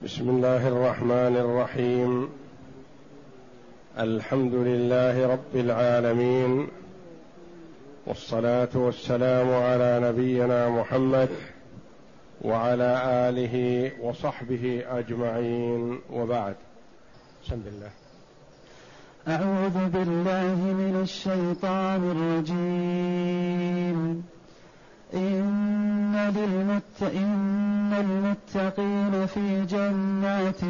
بسم الله الرحمن الرحيم. الحمد لله رب العالمين، والصلاة والسلام على نبينا محمد وعلى آله وصحبه أجمعين، وبعد. بسم الله. أعوذ بالله من الشيطان الرجيم. إن المتقين في جنات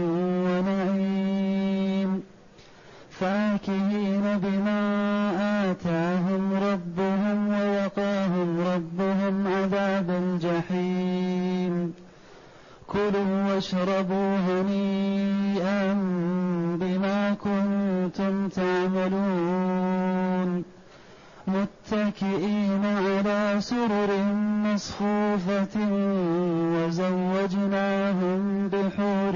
ونعيم فاكهين بما آتاهم ربهم ووقاهم ربهم عذاب الجحيم. كلوا واشربوا هنيئا بما كنتم تعملون متكئين على سرر مصفوفة وزوجناهم بحور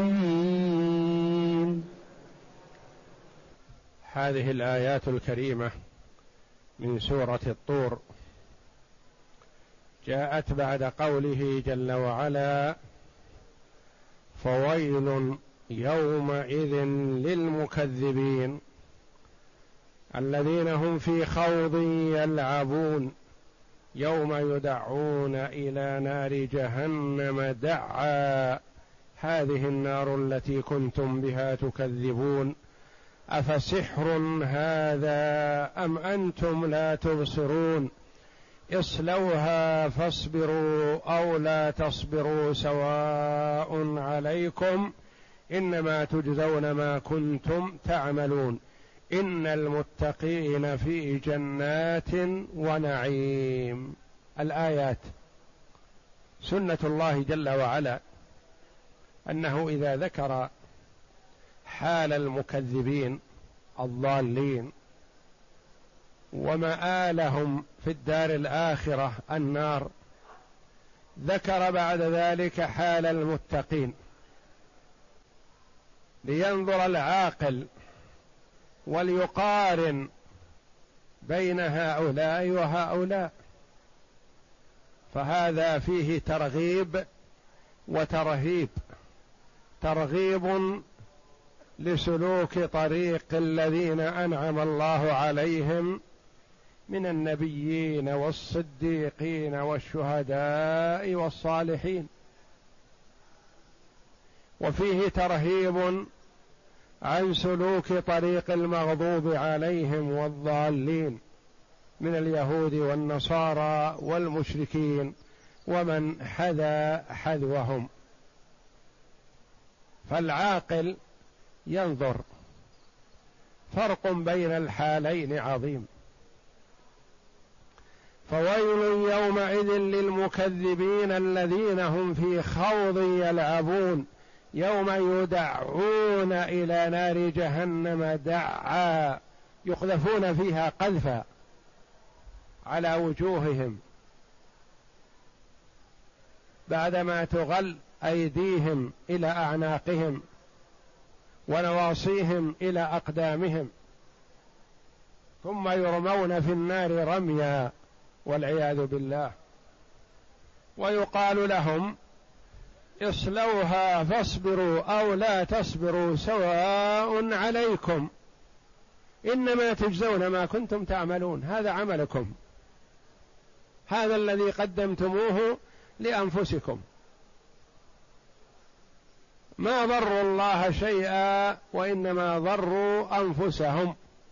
عين. هذه الآيات الكريمة من سورة الطور جاءت بعد قوله جل وعلا: فويل يومئذ للمكذبين الذين هم في خوض يلعبون يوم يدعون إلى نار جهنم دعا. هذه النار التي كنتم بها تكذبون أفسحر هذا أم أنتم لا تبصرون اصلوها فاصبروا أو لا تصبروا سواء عليكم إنما تجزون ما كنتم تعملون. إن المتقين في جنات ونعيم. الآيات سنة الله جل وعلا أنه إذا ذكر حال المكذبين الضالين ومآلهم في الدار الآخرة النار، ذكر بعد ذلك حال المتقين لينظر العاقل وليقارن بين هؤلاء وهؤلاء، فهذا فيه ترغيب وترهيب. ترغيب لسلوك طريق الذين أنعم الله عليهم من النبيين والصديقين والشهداء والصالحين، وفيه ترهيب عن سلوك طريق المغضوب عليهم والضالين من اليهود والنصارى والمشركين ومن حذا حذوهم. فالعاقل ينظر، فرق بين الحالين عظيم. فويل يومئذ للمكذبين الذين هم في خوض يلعبون يوم يدعون إلى نار جهنم دعا، يقذفون فيها قذفا على وجوههم بعدما تغل أيديهم إلى أعناقهم ونواصيهم إلى أقدامهم، ثم يرمون في النار رميا والعياذ بالله. ويقال لهم: اصلوها فاصبروا أو لا تصبروا سواء عليكم إنما تجزون ما كنتم تعملون. هذا عملكم، هذا الذي قدمتموه لأنفسكم، ما ضروا الله شيئا وإنما ضروا أنفسهم.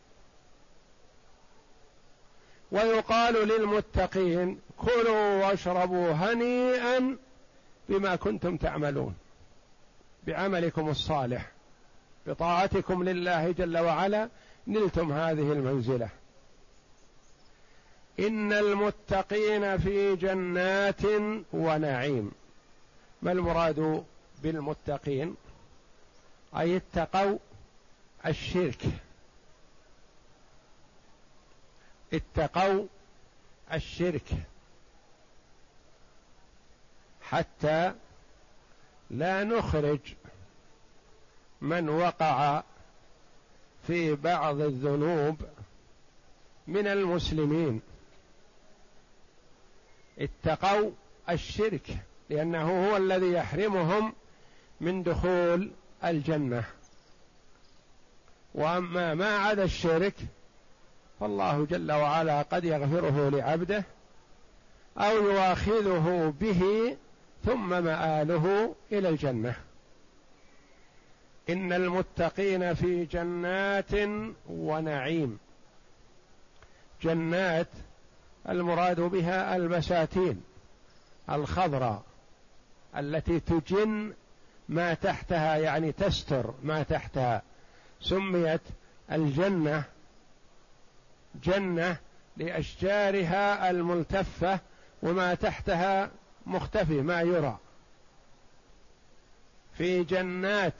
ويقال للمتقين: كلوا واشربوا هنيئا بما كنتم تعملون، بعملكم الصالح بطاعتكم لله جل وعلا نلتم هذه المنزلة. إن المتقين في جنات ونعيم. ما المراد بالمتقين؟ أي اتقوا الشرك، اتقوا الشرك حتى لا نخرج من وقع في بعض الذنوب من المسلمين. اتقوا الشرك لأنه هو الذي يحرمهم من دخول الجنة. وأما ما عدا الشرك فالله جل وعلا قد يغفره لعبده أو يؤاخذه به ثم مآله إلى الجنة. إن المتقين في جنات ونعيم. جنات المراد بها البساتين الخضراء التي تجن ما تحتها، يعني تستر ما تحتها. سميت الجنة جنة لأشجارها الملتفة وما تحتها مختفي ما يرى. في جنات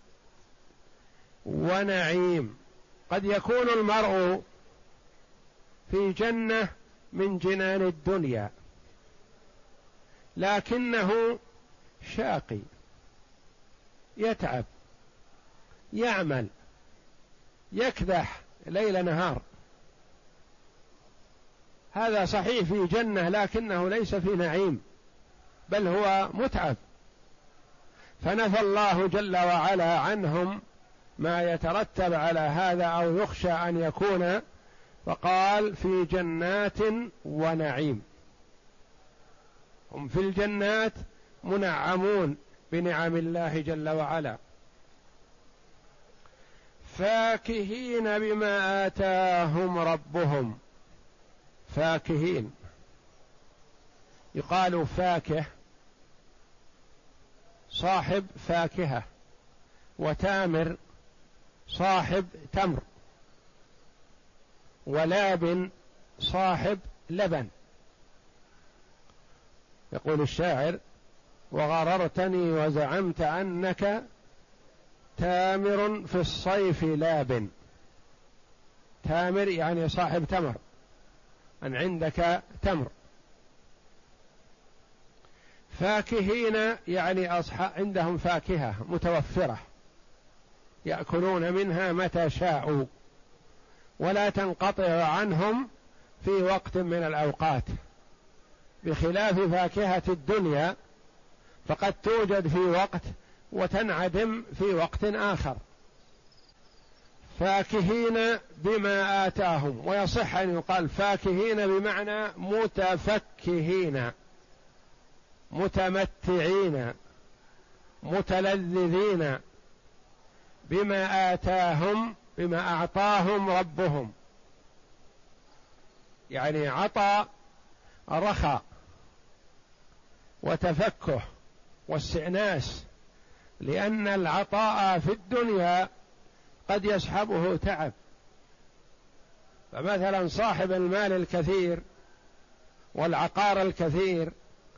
ونعيم. قد يكون المرء في جنة من جنان الدنيا لكنه شاقي، يتعب، يعمل، يكدح ليل نهار. هذا صحيح في جنة لكنه ليس في نعيم، بل هو متعب. فنفى الله جل وعلا عنهم ما يترتب على هذا أو يخشى أن يكون، فقال في جنات ونعيم. هم في الجنات منعمون بنعم الله جل وعلا، فاكهين بما آتاهم ربهم. فاكهين، يقال فاكه صاحب فاكهة، وتامر صاحب تمر، ولاب صاحب لبن. يقول الشاعر: وغررتني وزعمت أنك تامر في الصيف لاب. تامر يعني صاحب تمر، أن عندك تمر. فاكهين يعني عندهم فاكهة متوفرة يأكلون منها متى شاءوا، ولا تنقطع عنهم في وقت من الأوقات، بخلاف فاكهة الدنيا فقد توجد في وقت وتنعدم في وقت آخر. فاكهين بما آتاهم. ويصح أن يقال فاكهين بمعنى متفكهين، متمتعين، متلذذين بما آتاهم، بما أعطاهم ربهم. يعني عطى رخاء وتفكه واستئناس، لأن العطاء في الدنيا قد يصحبه تعب. فمثلا صاحب المال الكثير والعقار الكثير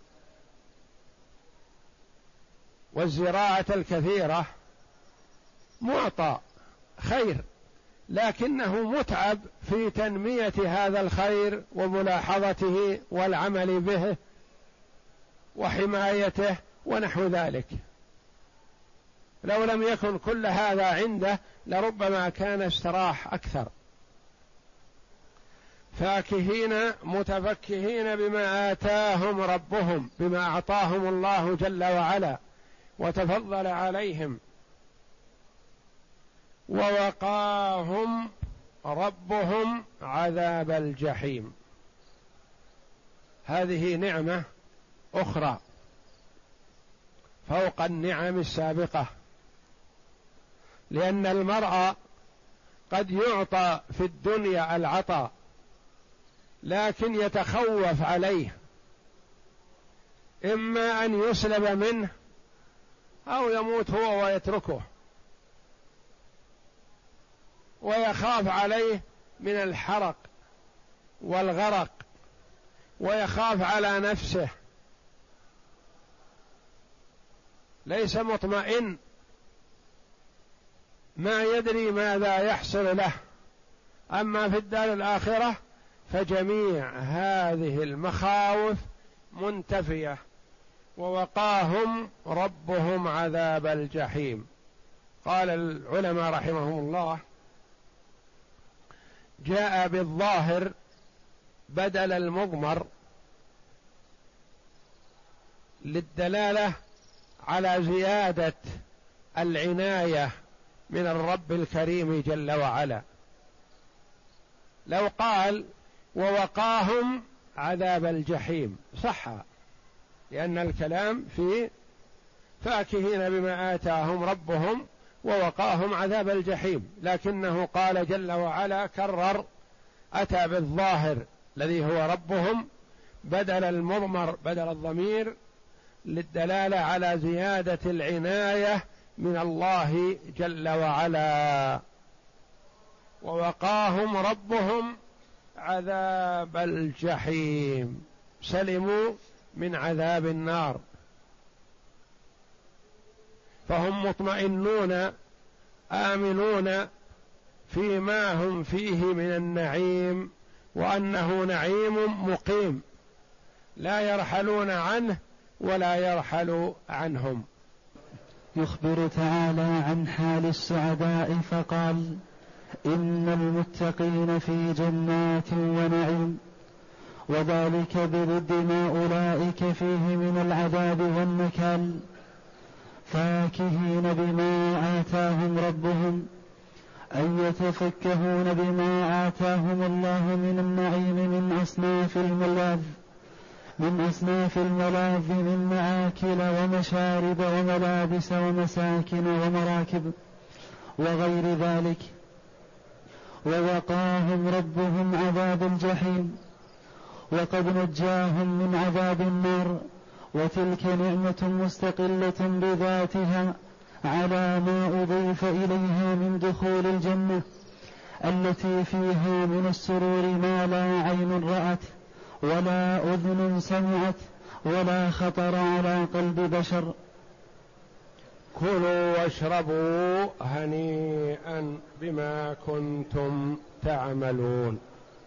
والزراعة الكثيرة معطى خير، لكنه متعب في تنمية هذا الخير وملاحظته والعمل به وحمايته ونحو ذلك. لو لم يكن كل هذا عنده لربما كان استراح أكثر. فاكهين متفكهين بما آتاهم ربهم، بما أعطاهم الله جل وعلا وتفضل عليهم. ووقاهم ربهم عذاب الجحيم. هذه نعمة أخرى فوق النعم السابقة، لأن المرء قد يعطى في الدنيا العطاء لكن يتخوف عليه، إما أن يسلب منه أو يموت هو ويتركه، ويخاف عليه من الحرق والغرق، ويخاف على نفسه، ليس مطمئن، ما يدري ماذا يحصل له. أما في الدار الآخرة فجميع هذه المخاوف منتفية. ووقاهم ربهم عذاب الجحيم. قال العلماء رحمهم الله: جاء بالظاهر بدل المضمر للدلالة على زيادة العناية من الرب الكريم جل وعلا. لو قال ووقاهم عذاب الجحيم صح، لأن الكلام في فاكهين بما آتاهم ربهم ووقاهم عذاب الجحيم، لكنه قال جل وعلا كرر، أتى بالظاهر الذي هو ربهم بدل المضمر بدل الضمير للدلالة على زيادة العناية من الله جل وعلا. ووقاهم ربهم عذاب الجحيم، سلموا من عذاب النار، فهم مطمئنون آمنون فيما هم فيه من النعيم، وأنه نعيم مقيم لا يرحلون عنه ولا يرحل عنهم. يخبر تعالى عن حال السعداء فقال إن المتقين في جنات ونعيم، وذلك بضد ما أولئك فيه من العذاب والنكال، فاكهين بما آتاهم ربهم، أي يتفكهون بما آتاهم الله من النعيم من أصناف الملاذ من معاكل ومشارب وملابس ومساكن ومراكب وغير ذلك. ووقاهم ربهم عذاب الجحيم، وقد نجاهم من عذاب النار، وتلك نعمة مستقلة بذاتها على ما أضيف إليها من دخول الجنة التي فيها من السرور ما لا عين رأت ولا أذن سمعت ولا خطر على قلب بشر. كلوا واشربوا هنيئا بما كنتم تعملون.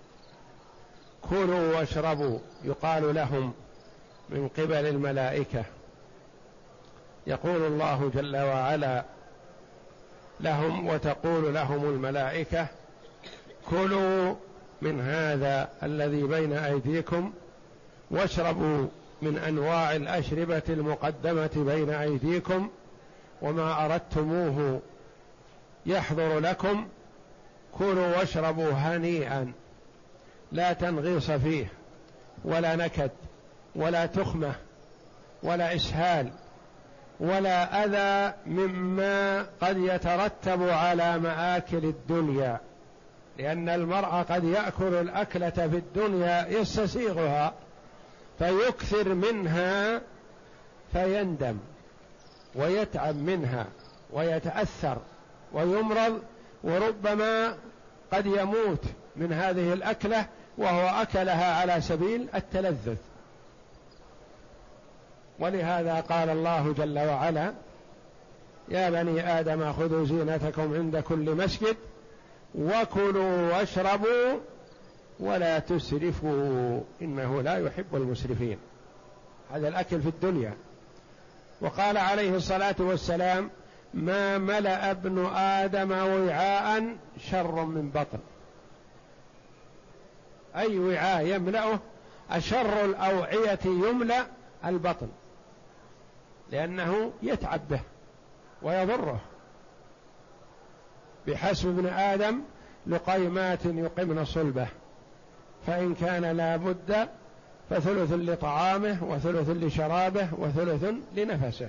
كلوا واشربوا يقال لهم من قبل الملائكة، يقول الله جل وعلا لهم وتقول لهم الملائكة كلوا من هذا الذي بين أيديكم واشربوا من أنواع الأشربة المقدمة بين أيديكم، وما أردتموه يحضر لكم، كلوا واشربوا هنيئا، لا تنغيص فيه ولا نكد ولا تخمة ولا إسهال ولا أذى مما قد يترتب على مآكل الدنيا، لأن المرء قد يأكل الأكلة في الدنيا يستسيغها فيكثر منها فيندم ويتعب منها ويتأثر ويمرض، وربما قد يموت من هذه الأكلة وهو أكلها على سبيل التلذذ. ولهذا قال الله جل وعلا يا بني آدم خذوا زينتكم عند كل مسجد وكلوا واشربوا ولا تسرفوا إنه لا يحب المسرفين. هذا الأكل في الدنيا. وقال عليه الصلاة والسلام ما ملأ ابن آدم وعاء شر من بطن. أي وعاء يملأه؟ أشر الأوعية يملأ البطن، لأنه يتعب به ويضره. بحسب ابن آدم لقيمات يقمن صلبه، فإن كان لا بد فثلث لطعامه وثلث لشرابه وثلث لنفسه.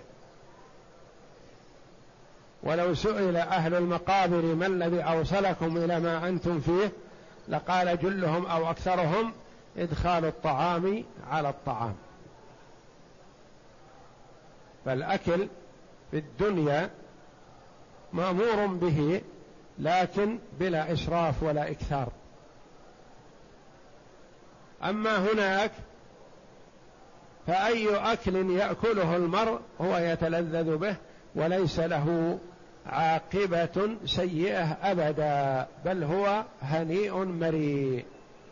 ولو سئل أهل المقابر ما الذي أوصلكم إلى ما أنتم فيه لقال جلهم أو أكثرهم إدخال الطعام على الطعام. فالأكل في الدنيا مأمور به لكن بلا إسراف ولا إكثار. أما هناك فأي أكل يأكله المرء هو يتلذذ به وليس له عاقبة سيئة أبدا، بل هو هنيء مريء.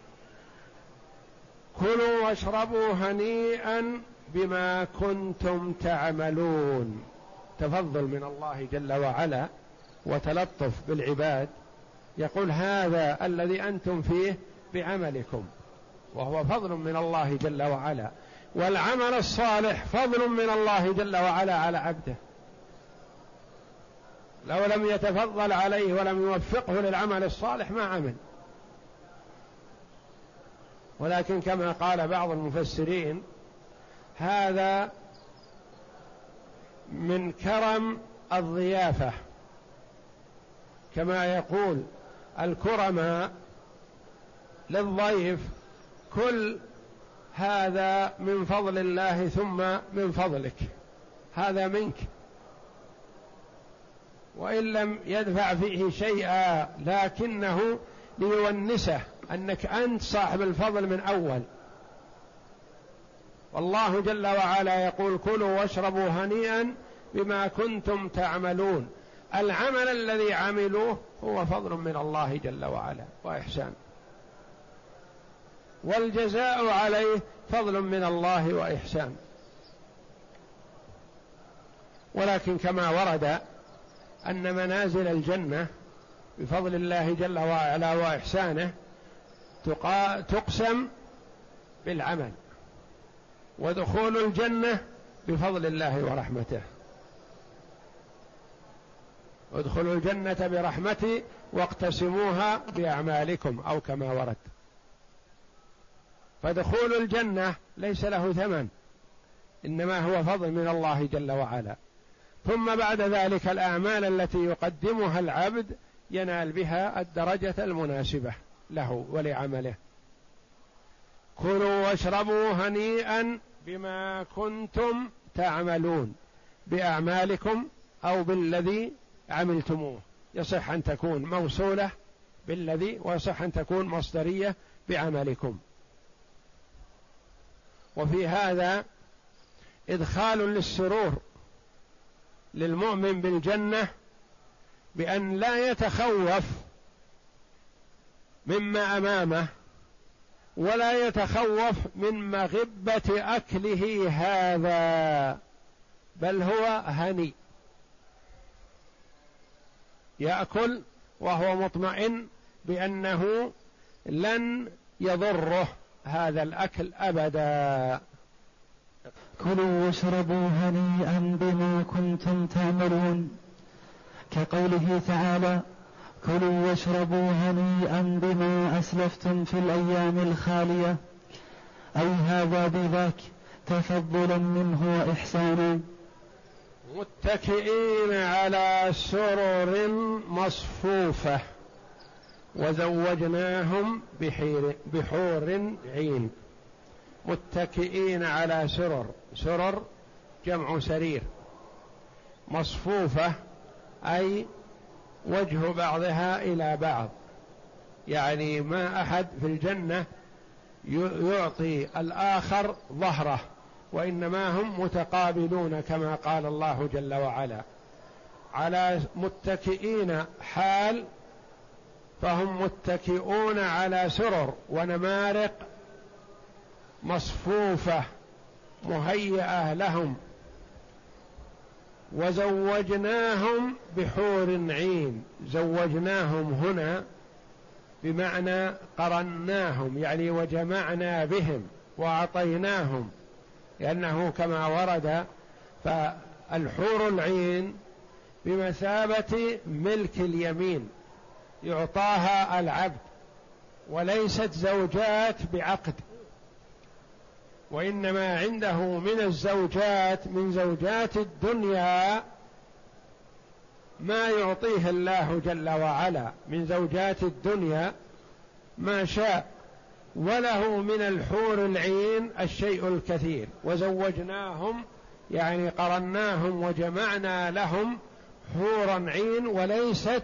كلوا واشربوا هنيئا بما كنتم تعملون. تفضل من الله جل وعلا وتلطف بالعباد، يقول هذا الذي أنتم فيه بعملكم، وهو فضل من الله جل وعلا. والعمل الصالح فضل من الله جل وعلا على عبده، لو لم يتفضل عليه ولم يوفقه للعمل الصالح ما عمل. ولكن كما قال بعض المفسرين هذا من كرم الضيافة، كما يقول الكرماء للضيف كل هذا من فضل الله ثم من فضلك، هذا منك، وإن لم يدفع فيه شيئا لكنه ليونسه أنك أنت صاحب الفضل من أول. والله جل وعلا يقول كلوا واشربوا هنيئا بما كنتم تعملون. العمل الذي عملوه هو فضل من الله جل وعلا وإحسان، والجزاء عليه فضل من الله وإحسان. ولكن كما ورد أن منازل الجنة بفضل الله جل وعلا وإحسانه تقسم بالعمل، ودخول الجنة بفضل الله ورحمته. ادخلوا الجنة برحمتي واقتسموها بأعمالكم أو كما ورد. فدخول الجنة ليس له ثمن، إنما هو فضل من الله جل وعلا. ثم بعد ذلك الأعمال التي يقدمها العبد ينال بها الدرجة المناسبة له ولعمله. كلوا واشربوا هنيئا بما كنتم تعملون، بأعمالكم أو بالذي عملتموه، يصح أن تكون موصولة بالذي ويصح أن تكون مصدرية بعملكم. وفي هذا إدخال للسرور للمؤمن بالجنة بأن لا يتخوف مما أمامه ولا يتخوف من مغبة أكله هذا، بل هو هني يأكل وهو مطمئن بأنه لن يضره هذا الأكل أبدا. كلوا واشربوا هنيئا بما كنتم تعملون، كقوله تعالى كلوا واشربوا هنيئا بما أسلفتم في الأيام الخالية، أي هذا بذاك تفضلا منه وإحسانا. متكئين على سرر مصفوفة وزوجناهم بحور عين. متكئين على سرر، سرر جمع سرير، مصفوفة أي وجه بعضها إلى بعض، يعني ما أحد في الجنة يعطي الآخر ظهره، وإنما هم متقابلون كما قال الله جل وعلا. على متكئين حال، فهم متكئون على سرر ونمارق مصفوفة مهيئة لهم. وزوجناهم بحور عين، زوجناهم هنا بمعنى قرناهم، يعني وجمعنا بهم وأعطيناهم، لأنه كما ورد فالحور العين بمثابة ملك اليمين يعطاها العبد، وليست زوجات بعقد، وإنما عنده من الزوجات من زوجات الدنيا ما يعطيه الله جل وعلا من زوجات الدنيا ما شاء، وله من الحور العين الشيء الكثير. وزوجناهم يعني قرناهم وجمعنا لهم حورا عين، وليست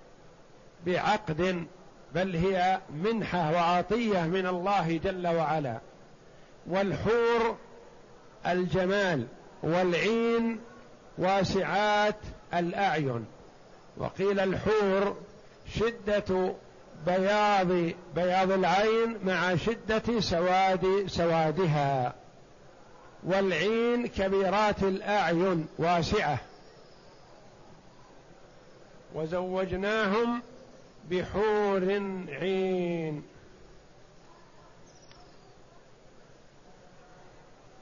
بعقد بل هي منحة وعطية من الله جل وعلا. والحور الجمال، والعين واسعات الأعين. وقيل الحور شدة بياض العين مع شدة سوادها، والعين كبيرات الأعين واسعة. وزوجناهم بحور عين.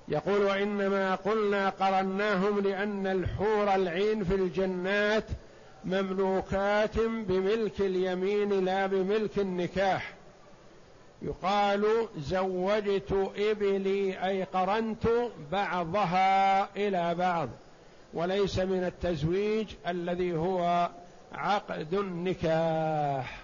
يقول وإنما قلنا قرناهم لأن الحور العين في الجنات مملوكات بملك اليمين لا بملك النكاح. يقال زوجت إبلي أي قرنت بعضها إلى بعض، وليس من التزويج الذي هو عقد النكاح.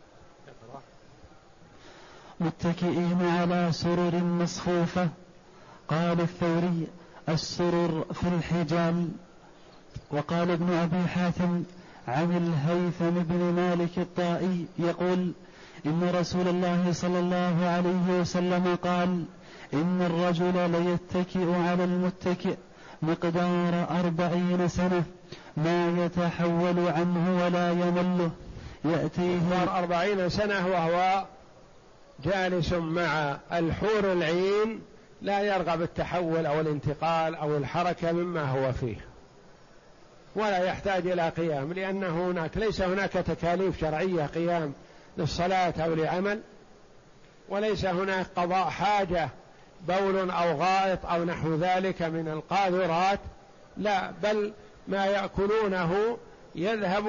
متكئين على سرر مصفوفة. قال الثوري السرر في الحجال. وقال ابن أبي حاتم عن الهيثم بن مالك الطائي يقول إن رسول الله صلى الله عليه وسلم قال إن الرجل ليتكئ على المتكئ مقدار 40 سنة ما يتحول عنه ولا يمله يأتيه مقدار 40 سنة وهو جالس مع الحور العين لا يرغب التحول أو الانتقال أو الحركة مما هو فيه، ولا يحتاج إلى قيام، لأنه ليس هناك تكاليف شرعية قيام للصلاة أو لعمل، وليس هناك قضاء حاجة بول أو غائط أو نحو ذلك من القاذورات، لا، بل ما يأكلونه يذهب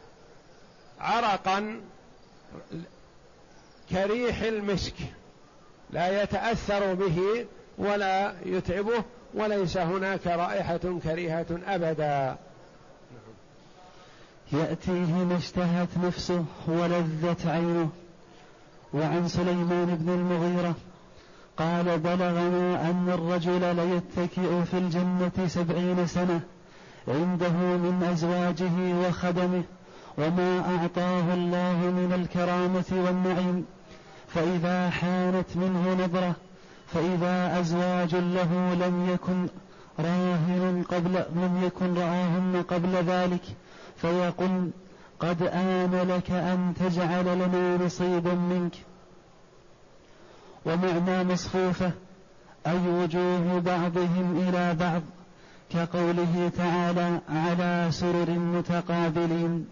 عرقا كريح المسك لا يتأثر به ولا يتعبه، وليس هناك رائحة كريهة أبدا. يأتيه ما اشتهت نفسه ولذت عينه. وعن سليمان بن المغيرة قال بلغنا أن الرجل ليتكئ في الجنة 70 سنة عنده من أزواجه وخدمه وما أعطاه الله من الكرامة والنعيم، فإذا حانت منه نظرة فإذا أزواج له لم يكن رآهن قبل ذلك فيقول قد آن لك أن تجعل لنا نصيبا منك. ومعنى مصفوفة أي وجوه بعضهم إلى بعض، كقوله تعالى على سرر متقابلين.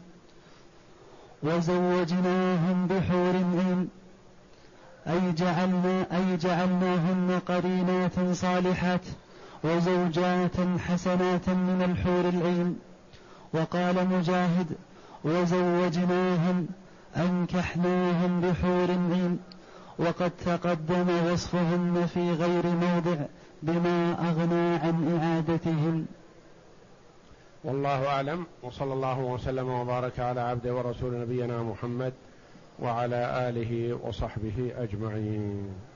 وزوجناهم بحور عين أي جعلناهن قرينات صالحات وزوجات حسنات من الحور العين. وقال مجاهد وزوجناهم أنكحناهم بحور عين، وقد تقدم وصفهن في غير موضع بما أغنى عن إعادتهم. والله أعلم، وصلى الله وسلم وبارك على عبده ورسول نبينا محمد وعلى آله وصحبه أجمعين.